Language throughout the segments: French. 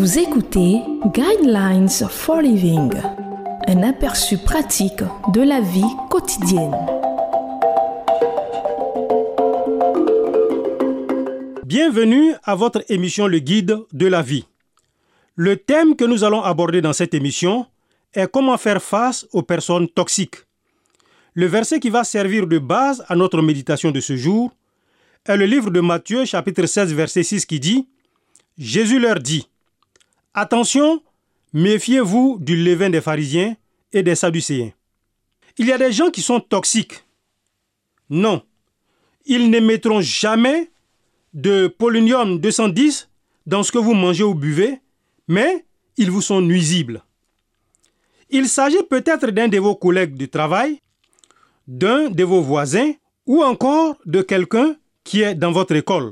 Vous écoutez Guidelines for Living, un aperçu pratique de la vie quotidienne. Bienvenue à votre émission Le Guide de la vie. Le thème que nous allons aborder dans cette émission est comment faire face aux personnes toxiques. Le verset qui va servir de base à notre méditation de ce jour est le livre de Matthieu, chapitre 16, verset 6 qui dit « Jésus leur dit, attention, méfiez-vous du levain des pharisiens et des sadducéens. » Il y a des gens qui sont toxiques. Non, ils n'émettront jamais de polonium 210 dans ce que vous mangez ou buvez, mais ils vous sont nuisibles. Il s'agit peut-être d'un de vos collègues de travail, d'un de vos voisins ou encore de quelqu'un qui est dans votre école.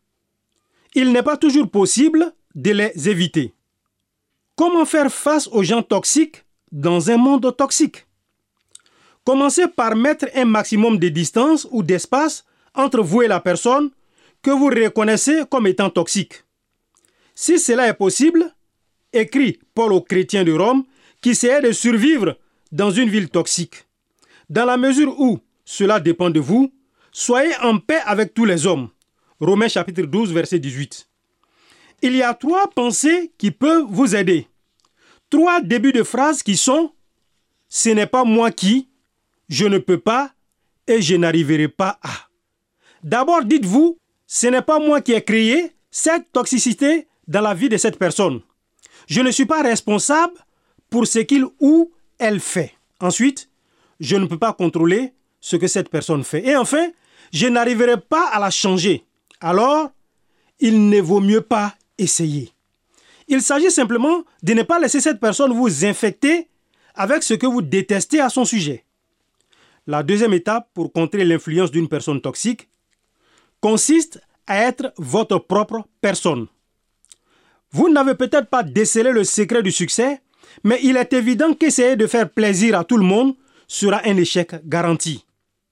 Il n'est pas toujours possible de les éviter. Comment faire face aux gens toxiques dans un monde toxique? Commencez par mettre un maximum de distance ou d'espace entre vous et la personne que vous reconnaissez comme étant toxique. Si cela est possible, écrit Paul aux chrétiens de Rome qui essayaient de survivre dans une ville toxique. Dans la mesure où cela dépend de vous, soyez en paix avec tous les hommes. Romains chapitre 12, verset 18. Il y a 3 pensées qui peuvent vous aider. 3 débuts de phrases qui sont « ce n'est pas moi qui »,« je ne peux pas » et « je n'arriverai pas à ». D'abord, dites-vous « ce n'est pas moi qui ai créé cette toxicité dans la vie de cette personne. Je ne suis pas responsable pour ce qu'il ou elle fait. » Ensuite, je ne peux pas contrôler ce que cette personne fait. Et enfin, je n'arriverai pas à la changer. Alors, il ne vaut mieux pas essayer. Il s'agit simplement de ne pas laisser cette personne vous infecter avec ce que vous détestez à son sujet. La deuxième étape pour contrer l'influence d'une personne toxique consiste à être votre propre personne. Vous n'avez peut-être pas décelé le secret du succès, mais il est évident qu'essayer de faire plaisir à tout le monde sera un échec garanti.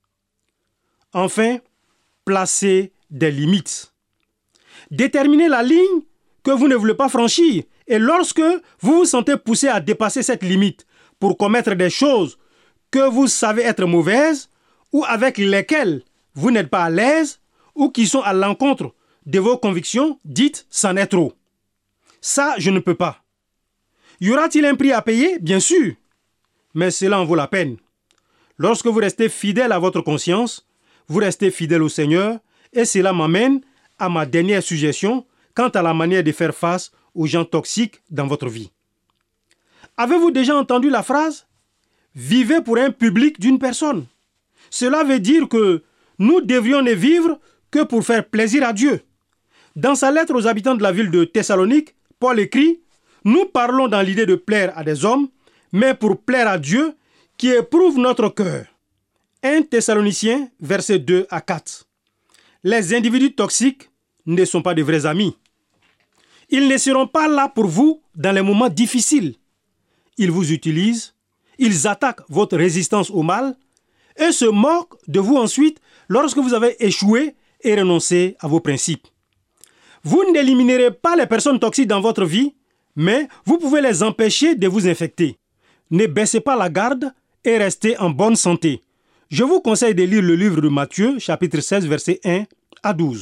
Enfin, placez des limites. Déterminez la ligne que vous ne voulez pas franchir et lorsque vous vous sentez poussé à dépasser cette limite pour commettre des choses que vous savez être mauvaises ou avec lesquelles vous n'êtes pas à l'aise ou qui sont à l'encontre de vos convictions, dites « c'en est trop ». Ça, je ne peux pas. Y aura-t-il un prix à payer? Bien sûr, mais cela en vaut la peine. Lorsque vous restez fidèle à votre conscience, vous restez fidèle au Seigneur et cela m'amène à ma dernière suggestion quant à la manière de faire face aux gens toxiques dans votre vie. Avez-vous déjà entendu la phrase « vivez pour un public d'une personne ». Cela veut dire que nous devrions ne vivre que pour faire plaisir à Dieu. Dans sa lettre aux habitants de la ville de Thessalonique, Paul écrit « Nous parlons dans l'idée de plaire à des hommes, mais pour plaire à Dieu qui éprouve notre cœur. » 1 Thessaloniciens, versets 2 à 4. Les individus toxiques ne sont pas de vrais amis. Ils ne seront pas là pour vous dans les moments difficiles. Ils vous utilisent, ils attaquent votre résistance au mal et se moquent de vous ensuite lorsque vous avez échoué et renoncé à vos principes. Vous n'éliminerez pas les personnes toxiques dans votre vie, mais vous pouvez les empêcher de vous infecter. Ne baissez pas la garde et restez en bonne santé. Je vous conseille de lire le livre de Matthieu, chapitre 16, versets 1 à 12.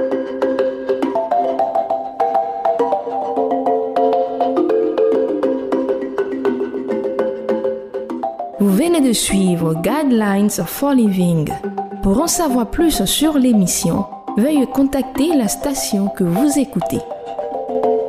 Vous venez de suivre Guidelines for Living. Pour en savoir plus sur l'émission, veuillez contacter la station que vous écoutez.